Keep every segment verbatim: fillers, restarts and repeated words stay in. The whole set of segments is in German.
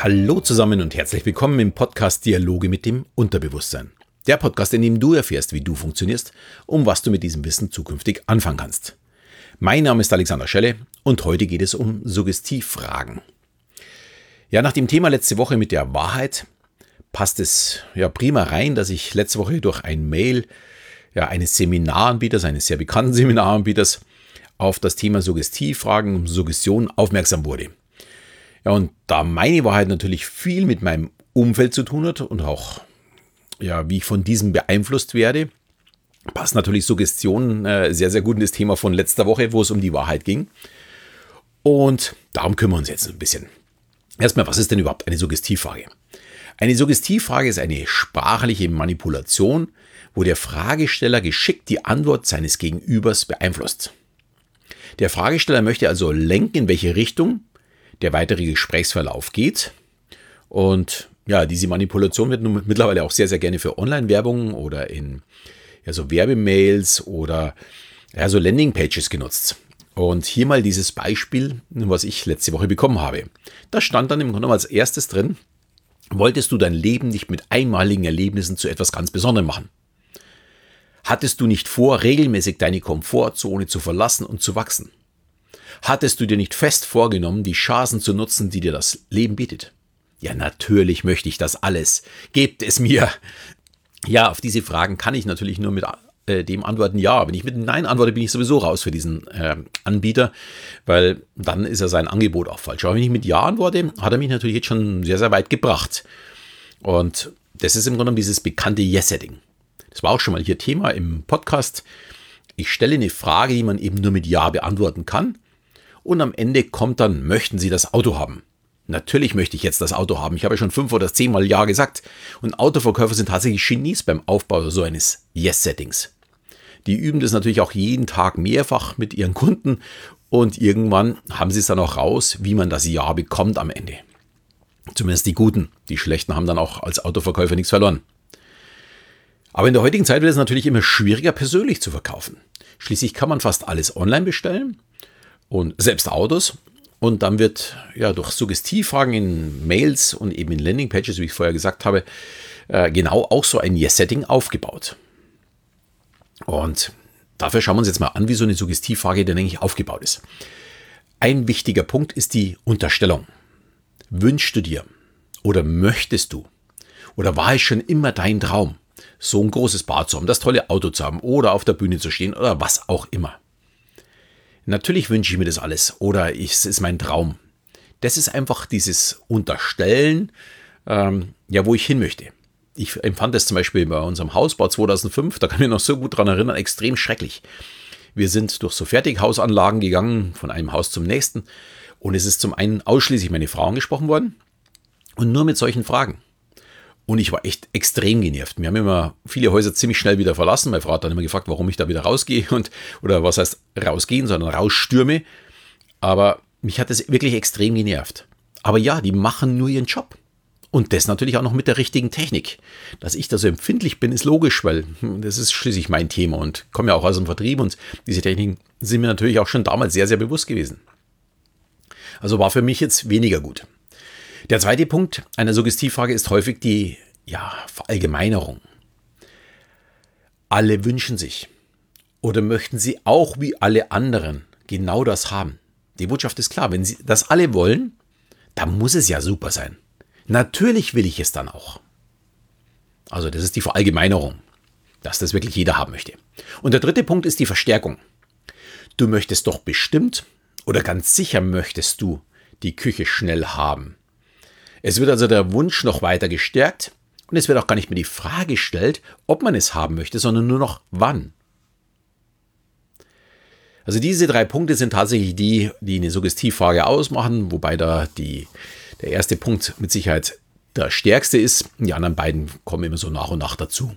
Hallo zusammen und herzlich willkommen im Podcast Dialoge mit dem Unterbewusstsein. Der Podcast, in dem du erfährst, wie du funktionierst und was du mit diesem Wissen zukünftig anfangen kannst. Mein Name ist Alexander Schelle und heute geht es um Suggestivfragen. Ja, nach dem Thema letzte Woche mit der Wahrheit passt es ja prima rein, dass ich letzte Woche durch ein Mail ja, eines Seminaranbieters, eines sehr bekannten Seminaranbieters, auf das Thema Suggestivfragen, Suggestion aufmerksam wurde. Ja, und da meine Wahrheit natürlich viel mit meinem Umfeld zu tun hat und auch, ja, wie ich von diesem beeinflusst werde, passt natürlich Suggestion äh, sehr, sehr gut in das Thema von letzter Woche, wo es um die Wahrheit ging. Und darum kümmern wir uns jetzt ein bisschen. Erstmal, was ist denn überhaupt eine Suggestivfrage? Eine Suggestivfrage ist eine sprachliche Manipulation, wo der Fragesteller geschickt die Antwort seines Gegenübers beeinflusst. Der Fragesteller möchte also lenken, in welche Richtung der weitere Gesprächsverlauf geht. Und ja, diese Manipulation wird nun mittlerweile auch sehr, sehr gerne für Online-Werbung oder in ja, so Werbemails oder ja, so Landingpages genutzt. Und hier mal dieses Beispiel, was ich letzte Woche bekommen habe. Da stand dann im Grunde genommen als erstes drin: Wolltest du dein Leben nicht mit einmaligen Erlebnissen zu etwas ganz Besonderem machen? Hattest du nicht vor, regelmäßig deine Komfortzone zu verlassen und zu wachsen? Hattest du dir nicht fest vorgenommen, die Chancen zu nutzen, die dir das Leben bietet? Ja, natürlich möchte ich das alles. Gebt es mir. Ja, auf diese Fragen kann ich natürlich nur mit äh, dem antworten Ja. Wenn ich mit Nein antworte, bin ich sowieso raus für diesen äh, Anbieter, weil dann ist er sein Angebot auch falsch. Aber wenn ich mit Ja antworte, hat er mich natürlich jetzt schon sehr, sehr weit gebracht. Und das ist im Grunde genommen dieses bekannte Yes-Setting. Das war auch schon mal hier Thema im Podcast. Ich stelle eine Frage, die man eben nur mit Ja beantworten kann. Und am Ende kommt dann: Möchten Sie das Auto haben? Natürlich möchte ich jetzt das Auto haben. Ich habe ja schon fünf oder zehnmal Ja gesagt. Und Autoverkäufer sind tatsächlich Genies beim Aufbau so eines Yes-Settings. Die üben das natürlich auch jeden Tag mehrfach mit ihren Kunden. Und irgendwann haben sie es dann auch raus, wie man das Ja bekommt am Ende. Zumindest die Guten. Die Schlechten haben dann auch als Autoverkäufer nichts verloren. Aber in der heutigen Zeit wird es natürlich immer schwieriger, persönlich zu verkaufen. Schließlich kann man fast alles online bestellen. Und selbst Autos. Und dann wird ja durch Suggestivfragen in Mails und eben in Landingpages, wie ich vorher gesagt habe, äh, genau auch so ein Yes-Setting aufgebaut. Und dafür schauen wir uns jetzt mal an, wie so eine Suggestivfrage denn eigentlich aufgebaut ist. Ein wichtiger Punkt ist die Unterstellung. Wünschst du dir oder möchtest du oder war es schon immer dein Traum, so ein großes Bad zu haben, das tolle Auto zu haben oder auf der Bühne zu stehen oder was auch immer? Natürlich wünsche ich mir das alles oder es ist mein Traum. Das ist einfach dieses Unterstellen, ähm, ja, wo ich hin möchte. Ich empfand das zum Beispiel bei unserem Hausbau zweitausendfünf, da kann ich mich noch so gut dran erinnern, extrem schrecklich. Wir sind durch so Fertighausanlagen gegangen, von einem Haus zum nächsten, und es ist zum einen ausschließlich meine Frau angesprochen worden und nur mit solchen Fragen. Und ich war echt extrem genervt. Wir haben immer viele Häuser ziemlich schnell wieder verlassen. Meine Frau hat dann immer gefragt, warum ich da wieder rausgehe und oder was heißt rausgehen, sondern rausstürme. Aber mich hat das wirklich extrem genervt. Aber ja, die machen nur ihren Job. Und das natürlich auch noch mit der richtigen Technik. Dass ich da so empfindlich bin, ist logisch, weil das ist schließlich mein Thema und komme ja auch aus dem Vertrieb und diese Techniken sind mir natürlich auch schon damals sehr, sehr bewusst gewesen. Also war für mich jetzt weniger gut. Der zweite Punkt einer Suggestivfrage ist häufig die ja, Verallgemeinerung. Alle wünschen sich oder möchten sie auch wie alle anderen genau das haben. Die Botschaft ist klar, wenn sie das alle wollen, dann muss es ja super sein. Natürlich will ich es dann auch. Also das ist die Verallgemeinerung, dass das wirklich jeder haben möchte. Und der dritte Punkt ist die Verstärkung. Du möchtest doch bestimmt oder ganz sicher möchtest du die Küche schnell haben. Es wird also der Wunsch noch weiter gestärkt und es wird auch gar nicht mehr die Frage gestellt, ob man es haben möchte, sondern nur noch wann. Also diese drei Punkte sind tatsächlich die, die eine Suggestivfrage ausmachen, wobei da die, der erste Punkt mit Sicherheit der stärkste ist. Die anderen beiden kommen immer so nach und nach dazu.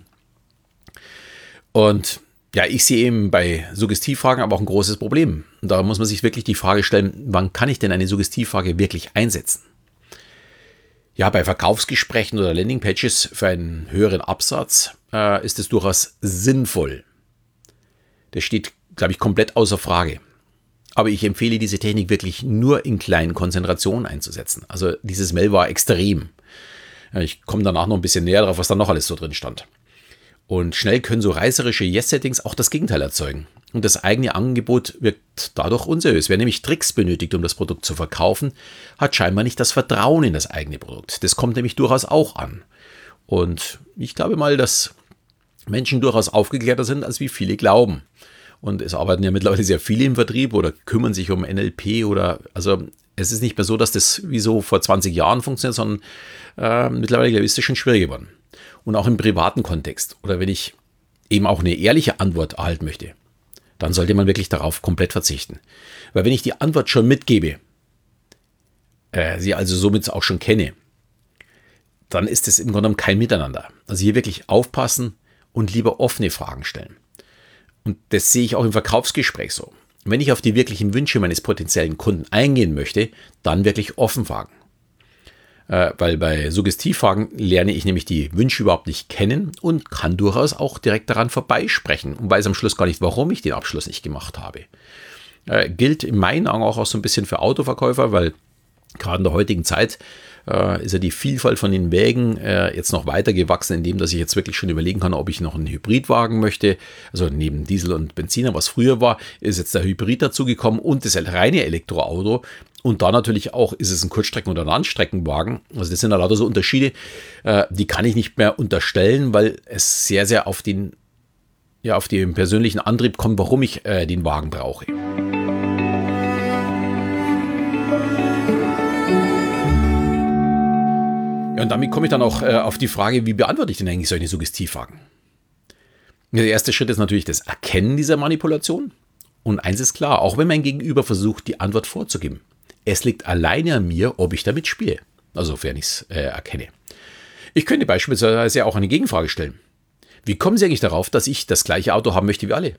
Und ja, ich sehe eben bei Suggestivfragen aber auch ein großes Problem. Und da muss man sich wirklich die Frage stellen, wann kann ich denn eine Suggestivfrage wirklich einsetzen? Ja, bei Verkaufsgesprächen oder Landingpages für einen höheren Absatz äh, ist es durchaus sinnvoll. Das steht, glaube ich, komplett außer Frage. aber ich empfehle diese Technik wirklich nur in kleinen Konzentrationen einzusetzen. Also dieses Mail war extrem. Ich komme danach noch ein bisschen näher drauf, was da noch alles so drin stand. Und schnell können so reißerische Yes-Settings auch das Gegenteil erzeugen. Und das eigene Angebot wirkt dadurch unseriös. Wer nämlich Tricks benötigt, um das Produkt zu verkaufen, hat scheinbar nicht das Vertrauen in das eigene Produkt. Das kommt nämlich durchaus auch an. Und ich glaube mal, dass Menschen durchaus aufgeklärter sind, als wie viele glauben. Und es arbeiten ja mittlerweile sehr viele im Vertrieb oder kümmern sich um N L P oder, also es ist nicht mehr so, dass das wie so vor zwanzig Jahren funktioniert, sondern äh, mittlerweile, glaube ich, ist das schon schwierig geworden. Und auch im privaten Kontext oder wenn ich eben auch eine ehrliche Antwort erhalten möchte, dann sollte man wirklich darauf komplett verzichten. Weil wenn ich die Antwort schon mitgebe, äh, sie also somit auch schon kenne, dann ist es im Grunde genommen kein Miteinander. Also hier wirklich aufpassen und lieber offene Fragen stellen. Und das sehe ich auch im Verkaufsgespräch so. Wenn ich auf die wirklichen Wünsche meines potenziellen Kunden eingehen möchte, dann wirklich offen fragen. Äh, weil bei Suggestivfragen lerne ich nämlich die Wünsche überhaupt nicht kennen und kann durchaus auch direkt daran vorbeisprechen und weiß am Schluss gar nicht, warum ich den Abschluss nicht gemacht habe. Äh, gilt in meinen Augen auch, auch so ein bisschen für Autoverkäufer, weil gerade in der heutigen Zeit äh, ist ja die Vielfalt von den Wägen äh, jetzt noch weiter gewachsen, indem dass ich jetzt wirklich schon überlegen kann, ob ich noch einen Hybridwagen möchte. Also neben Diesel und Benziner, was früher war, ist jetzt der Hybrid dazugekommen und das reine Elektroauto. Und da natürlich auch, ist es ein Kurzstrecken- oder ein Langstreckenwagen. Also das sind ja lauter so Unterschiede, äh, die kann ich nicht mehr unterstellen, weil es sehr, sehr auf den, ja, auf den persönlichen Antrieb kommt, warum ich äh, den Wagen brauche. Ja, und damit komme ich dann auch äh, auf die Frage, wie beantworte ich denn eigentlich solche Suggestivfragen? Der erste Schritt ist natürlich das Erkennen dieser Manipulation. Und eins ist klar, auch wenn mein Gegenüber versucht, die Antwort vorzugeben, es liegt alleine an mir, ob ich damit spiele, also sofern ich es äh, erkenne. Ich könnte beispielsweise auch eine Gegenfrage stellen. Wie kommen Sie eigentlich darauf, dass ich das gleiche Auto haben möchte wie alle?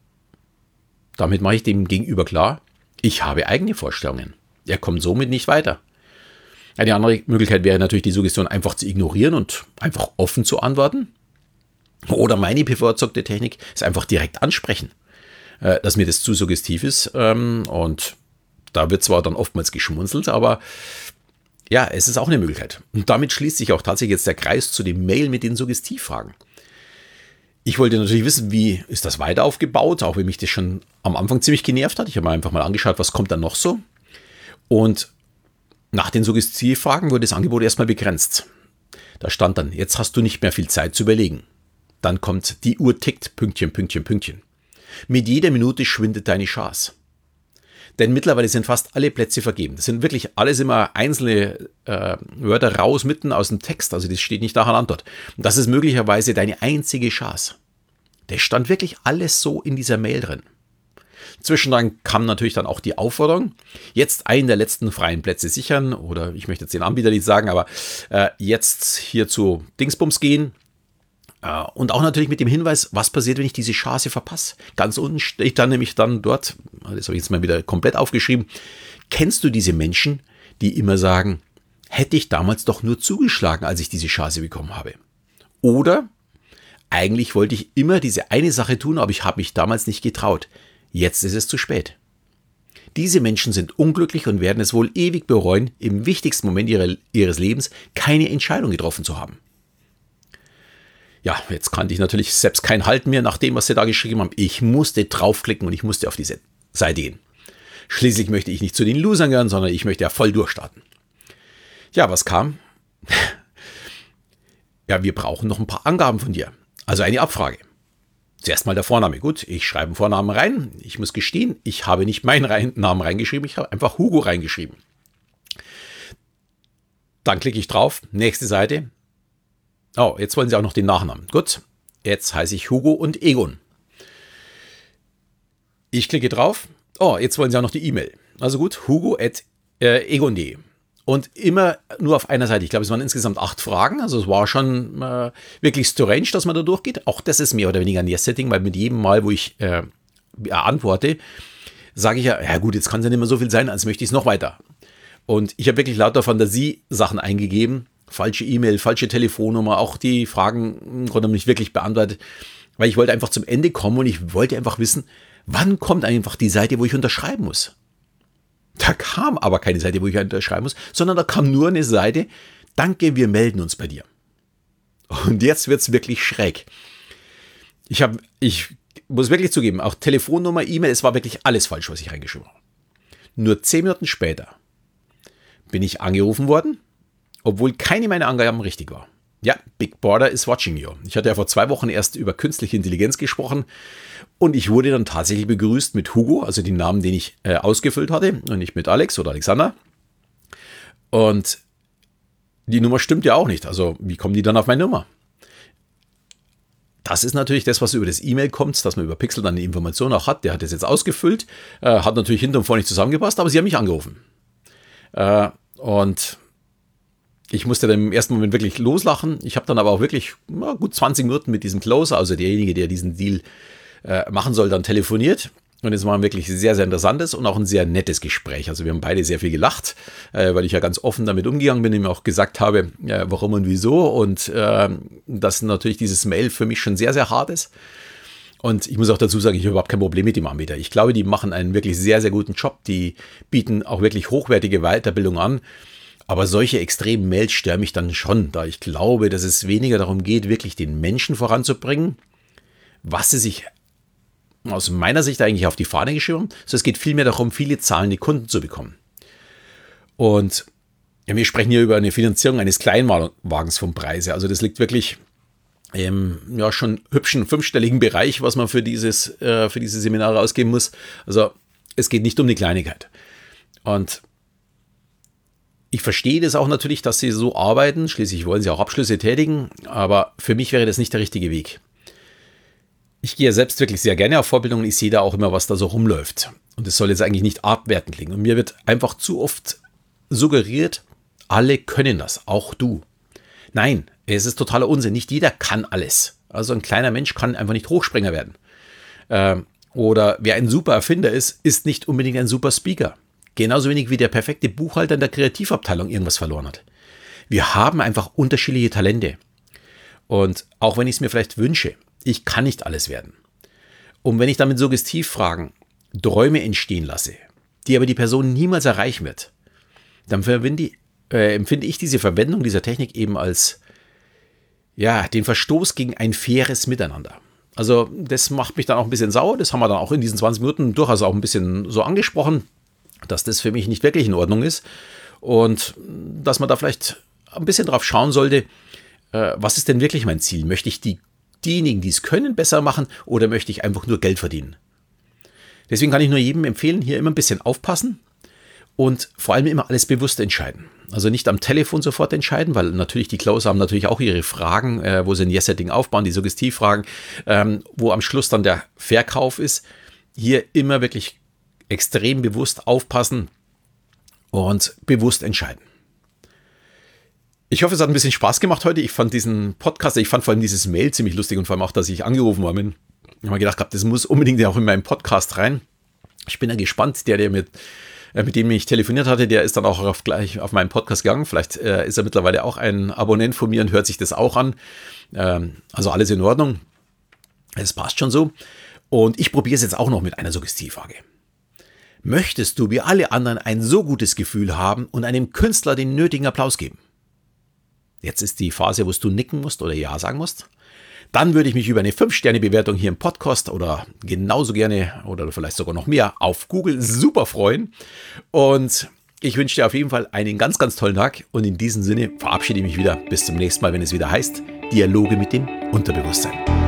Damit mache ich dem Gegenüber klar, ich habe eigene Vorstellungen. Er kommt somit nicht weiter. Eine andere Möglichkeit wäre natürlich, die Suggestion einfach zu ignorieren und einfach offen zu antworten. Oder meine bevorzugte Technik ist einfach direkt ansprechen, äh, dass mir das zu suggestiv ist ähm, und da wird zwar dann oftmals geschmunzelt, aber ja, es ist auch eine Möglichkeit. Und damit schließt sich auch tatsächlich jetzt der Kreis zu dem Mail mit den Suggestivfragen. Ich wollte natürlich wissen, wie ist das weiter aufgebaut, auch wenn mich das schon am Anfang ziemlich genervt hat. Ich habe mir einfach mal angeschaut, was kommt dann noch so. Und nach den Suggestivfragen wurde das Angebot erstmal begrenzt. Da stand dann, jetzt hast du nicht mehr viel Zeit zu überlegen. Dann kommt, die Uhr tickt, Pünktchen, Pünktchen, Pünktchen. Mit jeder Minute schwindet deine Chance. Denn mittlerweile sind fast alle Plätze vergeben. Das sind wirklich alles immer einzelne äh, Wörter raus, mitten aus dem Text. Also das steht nicht nach einer Antwort. Und das ist möglicherweise deine einzige Chance. Das stand wirklich alles so in dieser Mail drin. Zwischendrin kam natürlich dann auch die Aufforderung, jetzt einen der letzten freien Plätze sichern. Oder ich möchte jetzt den Anbieter nicht sagen, aber äh, jetzt hier zu Dingsbums gehen. Und auch natürlich mit dem Hinweis, was passiert, wenn ich diese Chance verpasse. Ganz unten steht dann nämlich dann dort, das habe ich jetzt mal wieder komplett aufgeschrieben, kennst du diese Menschen, die immer sagen, hätte ich damals doch nur zugeschlagen, als ich diese Chance bekommen habe. Oder, eigentlich wollte ich immer diese eine Sache tun, aber ich habe mich damals nicht getraut. Jetzt ist es zu spät. Diese Menschen sind unglücklich und werden es wohl ewig bereuen, im wichtigsten Moment ihrer, ihres Lebens keine Entscheidung getroffen zu haben. Ja, jetzt kannte ich natürlich selbst kein Halt mehr nach dem, was sie da geschrieben haben. Ich musste draufklicken und ich musste auf diese Seite gehen. Schließlich möchte ich nicht zu den Losern gehören, sondern ich möchte ja voll durchstarten. Ja, was kam? Ja, wir brauchen noch ein paar Angaben von dir. Also eine Abfrage. Zuerst mal der Vorname. Gut, ich schreibe einen Vornamen rein. Ich muss gestehen, ich habe nicht meinen Namen reingeschrieben, ich habe einfach Hugo reingeschrieben. Dann klicke ich drauf, nächste Seite. Oh, jetzt wollen sie auch noch den Nachnamen. Gut, jetzt heiße ich Hugo und Egon. Ich klicke drauf. Oh, jetzt wollen sie auch noch die E-Mail. Also gut, hugo at egon punkt de. Und immer nur auf einer Seite. Ich glaube, es waren insgesamt acht Fragen. Also es war schon äh, wirklich strange, dass man da durchgeht. Auch das ist mehr oder weniger ein Yes-Setting, weil mit jedem Mal, wo ich äh, antworte, sage ich ja, ja gut, jetzt kann es ja nicht mehr so viel sein, als möchte ich es noch weiter. Und ich habe wirklich lauter Fantasie-Sachen eingegeben. Falsche E-Mail, falsche Telefonnummer, auch die Fragen im Grunde nicht wirklich beantwortet. Weil ich wollte einfach zum Ende kommen und ich wollte einfach wissen, wann kommt einfach die Seite, wo ich unterschreiben muss. Da kam aber keine Seite, wo ich unterschreiben muss, sondern da kam nur eine Seite, danke, wir melden uns bei dir. Und jetzt wird es wirklich schräg. Ich, hab, ich muss wirklich zugeben, auch Telefonnummer, E-Mail, es war wirklich alles falsch, was ich reingeschrieben habe. Nur zehn Minuten später bin ich angerufen worden, obwohl keine meiner Angaben richtig war. Ja, Big Brother is watching you. Ich hatte ja vor zwei Wochen erst über künstliche Intelligenz gesprochen und ich wurde dann tatsächlich begrüßt mit Hugo, also den Namen, den ich äh, ausgefüllt hatte und nicht mit Alex oder Alexander. Und die Nummer stimmt ja auch nicht. Also wie kommen die dann auf meine Nummer? Das ist natürlich das, was über das E-Mail kommt, dass man über Pixel dann die Information auch hat. Der hat das jetzt ausgefüllt, äh, hat natürlich hinter und vor nicht zusammengepasst, aber sie haben mich angerufen. Äh, und ich musste dann im ersten Moment wirklich loslachen. Ich habe dann aber auch wirklich na, gut zwanzig Minuten mit diesem Closer, also derjenige, der diesen Deal äh, machen soll, dann telefoniert. Und es war ein wirklich sehr, sehr interessantes und auch ein sehr nettes Gespräch. Also wir haben beide sehr viel gelacht, äh, weil ich ja ganz offen damit umgegangen bin, ihm auch gesagt habe, äh, warum und wieso. Und äh, dass natürlich dieses Mail für mich schon sehr, sehr hart ist. Und ich muss auch dazu sagen, ich habe überhaupt kein Problem mit dem Anbieter. Ich glaube, die machen einen wirklich sehr, sehr guten Job. Die bieten auch wirklich hochwertige Weiterbildung an. Aber solche extremen Mails stören mich dann schon, da ich glaube, dass es weniger darum geht, wirklich den Menschen voranzubringen, was sie sich aus meiner Sicht eigentlich auf die Fahne geschrieben haben, sondern es geht vielmehr darum, viele zahlende Kunden zu bekommen. Und ja, wir sprechen hier über eine Finanzierung eines Kleinwagens vom Preise. Also das liegt wirklich im ja, schon hübschen fünfstelligen Bereich, was man für, dieses, äh, für diese Seminare ausgeben muss. Also es geht nicht um die Kleinigkeit. Und ich verstehe das auch natürlich, dass sie so arbeiten. Schließlich wollen sie auch Abschlüsse tätigen. Aber für mich wäre das nicht der richtige Weg. Ich gehe ja selbst wirklich sehr gerne auf Vorbildungen. Ich sehe da auch immer, was da so rumläuft. Und es soll jetzt eigentlich nicht abwertend klingen. Und mir wird einfach zu oft suggeriert, alle können das, auch du. Nein, es ist totaler Unsinn. Nicht jeder kann alles. Also ein kleiner Mensch kann einfach nicht Hochspringer werden. Ähm, oder wer ein super Erfinder ist, ist nicht unbedingt ein super Speaker. Genauso wenig wie der perfekte Buchhalter in der Kreativabteilung irgendwas verloren hat. Wir haben einfach unterschiedliche Talente. Und auch wenn ich es mir vielleicht wünsche, ich kann nicht alles werden. Und wenn ich damit Suggestivfragen Träume entstehen lasse, die aber die Person niemals erreichen wird, dann verwende, äh, empfinde ich diese Verwendung dieser Technik eben als ja, den Verstoß gegen ein faires Miteinander. Also das macht mich dann auch ein bisschen sauer. Das haben wir dann auch in diesen zwanzig Minuten durchaus auch ein bisschen so angesprochen, dass das für mich nicht wirklich in Ordnung ist und dass man da vielleicht ein bisschen drauf schauen sollte, äh, was ist denn wirklich mein Ziel? Möchte ich die, diejenigen, die es können, besser machen oder möchte ich einfach nur Geld verdienen? Deswegen kann ich nur jedem empfehlen, hier immer ein bisschen aufpassen und vor allem immer alles bewusst entscheiden. Also nicht am Telefon sofort entscheiden, weil natürlich die Closer haben natürlich auch ihre Fragen, äh, wo sie ein Yes-Setting aufbauen, die Suggestivfragen, ähm, wo am Schluss dann der Verkauf ist. Hier immer wirklich extrem bewusst aufpassen und bewusst entscheiden. Ich hoffe, es hat ein bisschen Spaß gemacht heute. Ich fand diesen Podcast, ich fand vor allem dieses Mail ziemlich lustig und vor allem auch, dass ich angerufen worden bin. Ich habe mir gedacht, das muss unbedingt auch in meinen Podcast rein. Ich bin ja gespannt, der, der mit, äh, mit dem ich telefoniert hatte, der ist dann auch auf, gleich auf meinen Podcast gegangen. Vielleicht äh, ist er mittlerweile auch ein Abonnent von mir und hört sich das auch an. Ähm, also alles in Ordnung. Es passt schon so. Und ich probiere es jetzt auch noch mit einer Suggestivfrage. Möchtest du wie alle anderen ein so gutes Gefühl haben und einem Künstler den nötigen Applaus geben? Jetzt ist die Phase, wo du nicken musst oder Ja sagen musst. Dann würde ich mich über eine fünf Sterne Bewertung hier im Podcast oder genauso gerne oder vielleicht sogar noch mehr auf Google super freuen. Und ich wünsche dir auf jeden Fall einen ganz, ganz tollen Tag. Und in diesem Sinne verabschiede ich mich wieder. Bis zum nächsten Mal, wenn es wieder heißt Dialoge mit dem Unterbewusstsein.